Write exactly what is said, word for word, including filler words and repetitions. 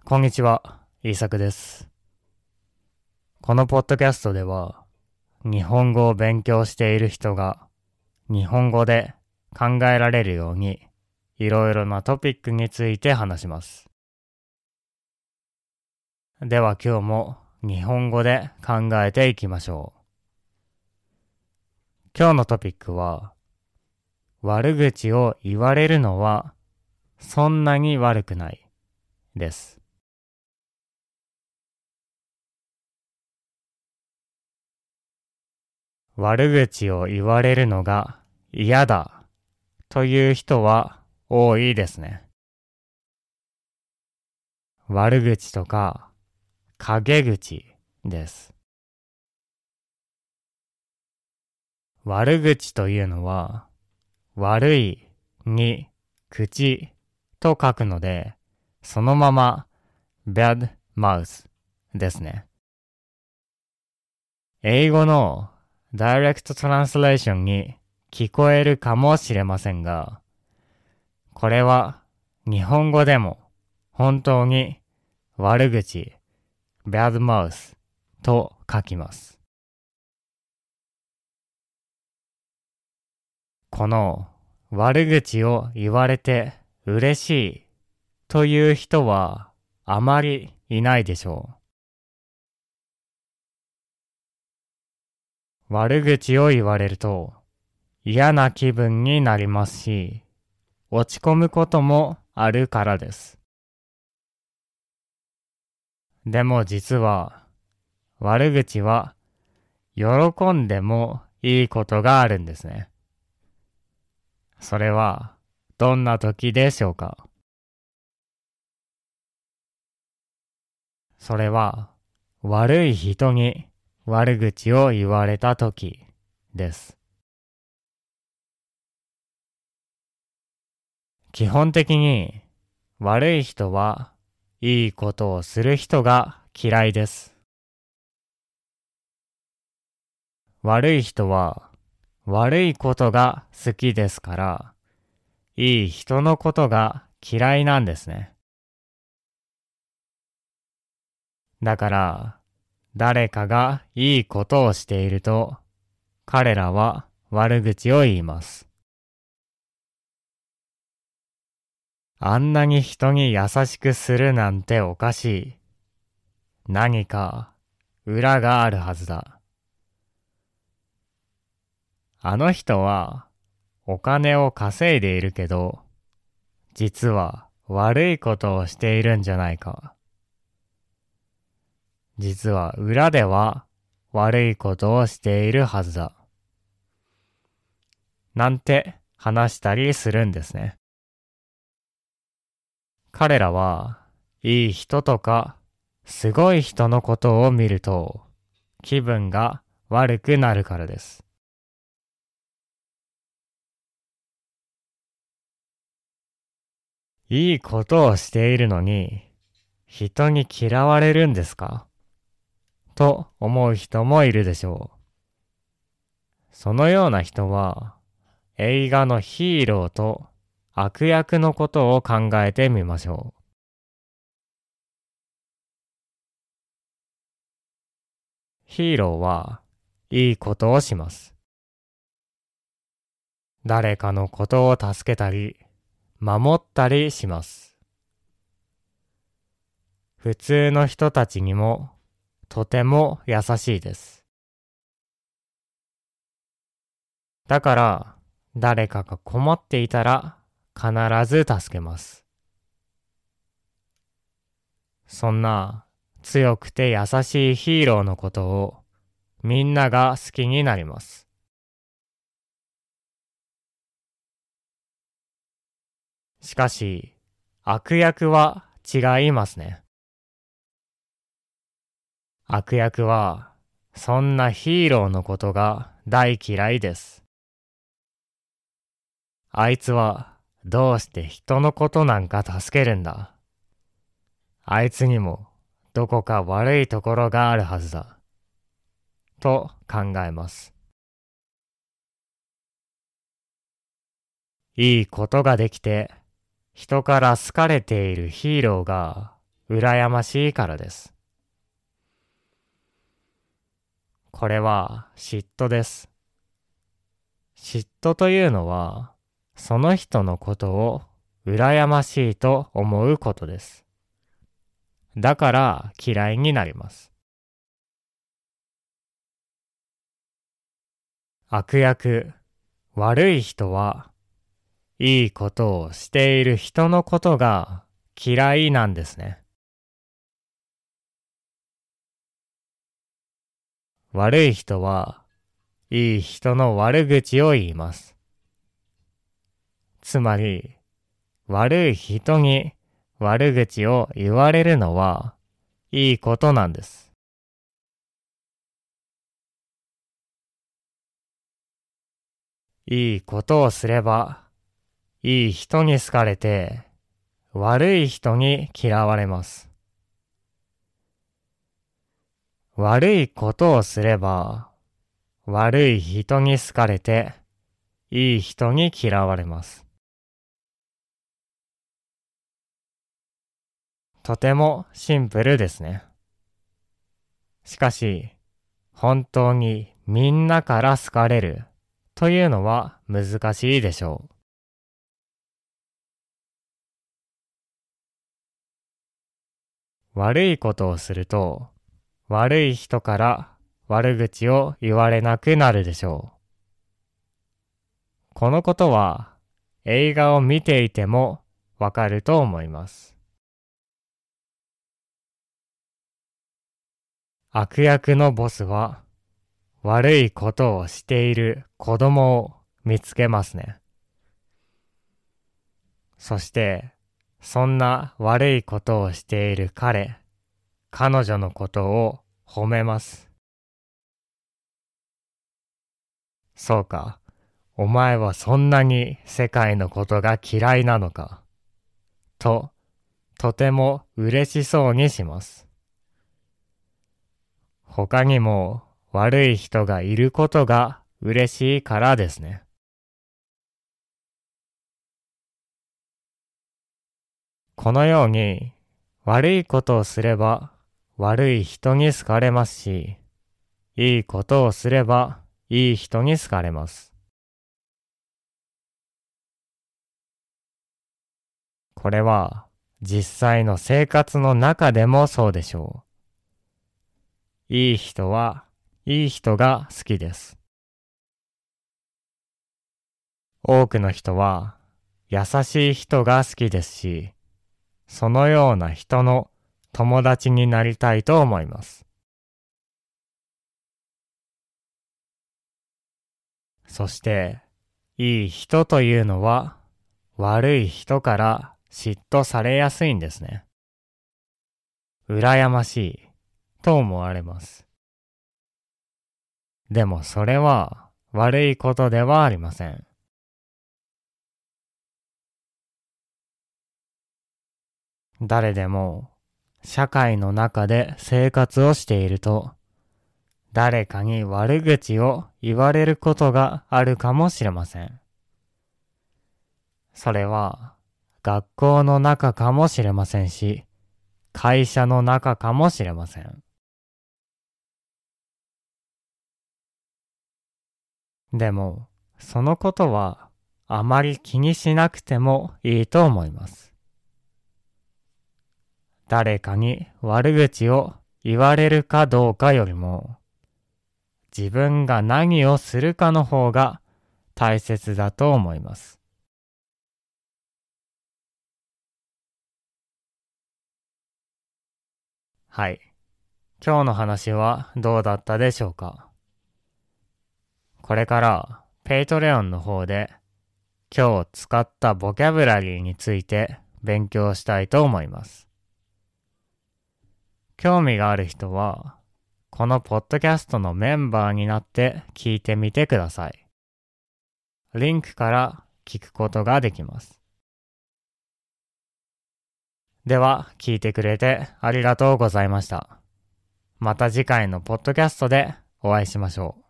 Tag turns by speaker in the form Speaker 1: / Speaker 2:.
Speaker 1: こんにちは、イーサクです。このポッドキャストでは、日本語を勉強している人が日本語で考えられるように、いろいろなトピックについて話します。では今日も日本語で考えていきましょう。今日のトピックは、悪口を言われるのはそんなに悪くないです。悪口を言われるのが嫌だという人は多いですね。悪口とか陰口です。悪口というのは悪いに口と書くので、そのまま bad mouth ですね。英語のダイレクトトランスレーションに聞こえるかもしれませんが、これは日本語でも本当に悪口 bad mouth と書きます。この悪口を言われて嬉しいという人はあまりいないでしょう。悪口を言われると嫌な気分になりますし、落ち込むこともあるからです。でも実は悪口は喜んでもいいことがあるんですね。それはどんな時でしょうか？それは悪い人に悪口を言われた時です。基本的に悪い人はいいことをする人が嫌いです。悪い人は悪いことが好きですから、いい人のことが嫌いなんですね。だから、誰かがいいことをしていると、彼らは悪口を言います。あんなに人に優しくするなんておかしい。何か裏があるはずだ。あの人はお金を稼いでいるけど、実は悪いことをしているんじゃないか。実は裏では悪いことをしているはずだ。なんて話したりするんですね。彼らはいい人とかすごい人のことを見ると気分が悪くなるからです。いいことをしているのに人に嫌われるんですか？と思う人もいるでしょう。そのような人は映画のヒーローと悪役のことを考えてみましょう。ヒーローはいいことをします。誰かのことを助けたり、守ったりします。普通の人たちにもとても優しいです。だから誰かが困っていたら必ず助けます。そんな強くて優しいヒーローのことをみんなが好きになります。しかし悪役は違いますね。悪役はそんなヒーローのことが大嫌いです。あいつはどうして人のことなんか助けるんだ。あいつにもどこか悪いところがあるはずだ。と考えます。いいことができて人から好かれているヒーローが羨ましいからです。これは嫉妬です。嫉妬というのは、その人のことを羨ましいと思うことです。だから嫌いになります。悪役、悪い人は、いいことをしている人のことが嫌いなんですね。悪い人は、いい人の悪口を言います。つまり、悪い人に悪口を言われるのは、いいことなんです。いいことをすれば、いい人に好かれて、悪い人に嫌われます。悪いことをすれば、悪い人に好かれて、いい人に嫌われます。とてもシンプルですね。しかし、本当にみんなから好かれるというのは難しいでしょう。悪いことをすると、悪い人から悪口を言われなくなるでしょう。このことは映画を見ていてもわかると思います。悪役のボスは悪いことをしている子供を見つけますね。そして、そんな悪いことをしている彼、彼女のことを褒めます。そうか、お前はそんなに世界のことが嫌いなのか。と、とても嬉しそうにします。他にも悪い人がいることが嬉しいからですね。このように悪いことをすれば悪い人に好かれますし、いいことをすればいい人に好かれます。これは実際の生活の中でもそうでしょう。いい人はいい人が好きです。多くの人は優しい人が好きですし、そのような人の友達になりたいと思います。そして、いい人というのは悪い人から嫉妬されやすいんですね。羨ましいと思われます。でもそれは悪いことではありません。誰でも社会の中で生活をしていると、誰かに悪口を言われることがあるかもしれません。それは学校の中かもしれませんし、会社の中かもしれません。でも、そのことはあまり気にしなくてもいいと思います。誰かに悪口を言われるかどうかよりも、自分が何をするかの方が大切だと思います。はい。今日の話はどうだったでしょうか。これからペイトレオンの方で今日使ったボキャブラリーについて勉強したいと思います。興味がある人はこのポッドキャストのメンバーになって聞いてみてください。リンクから聞くことができます。では聞いてくれてありがとうございました。また次回のポッドキャストでお会いしましょう。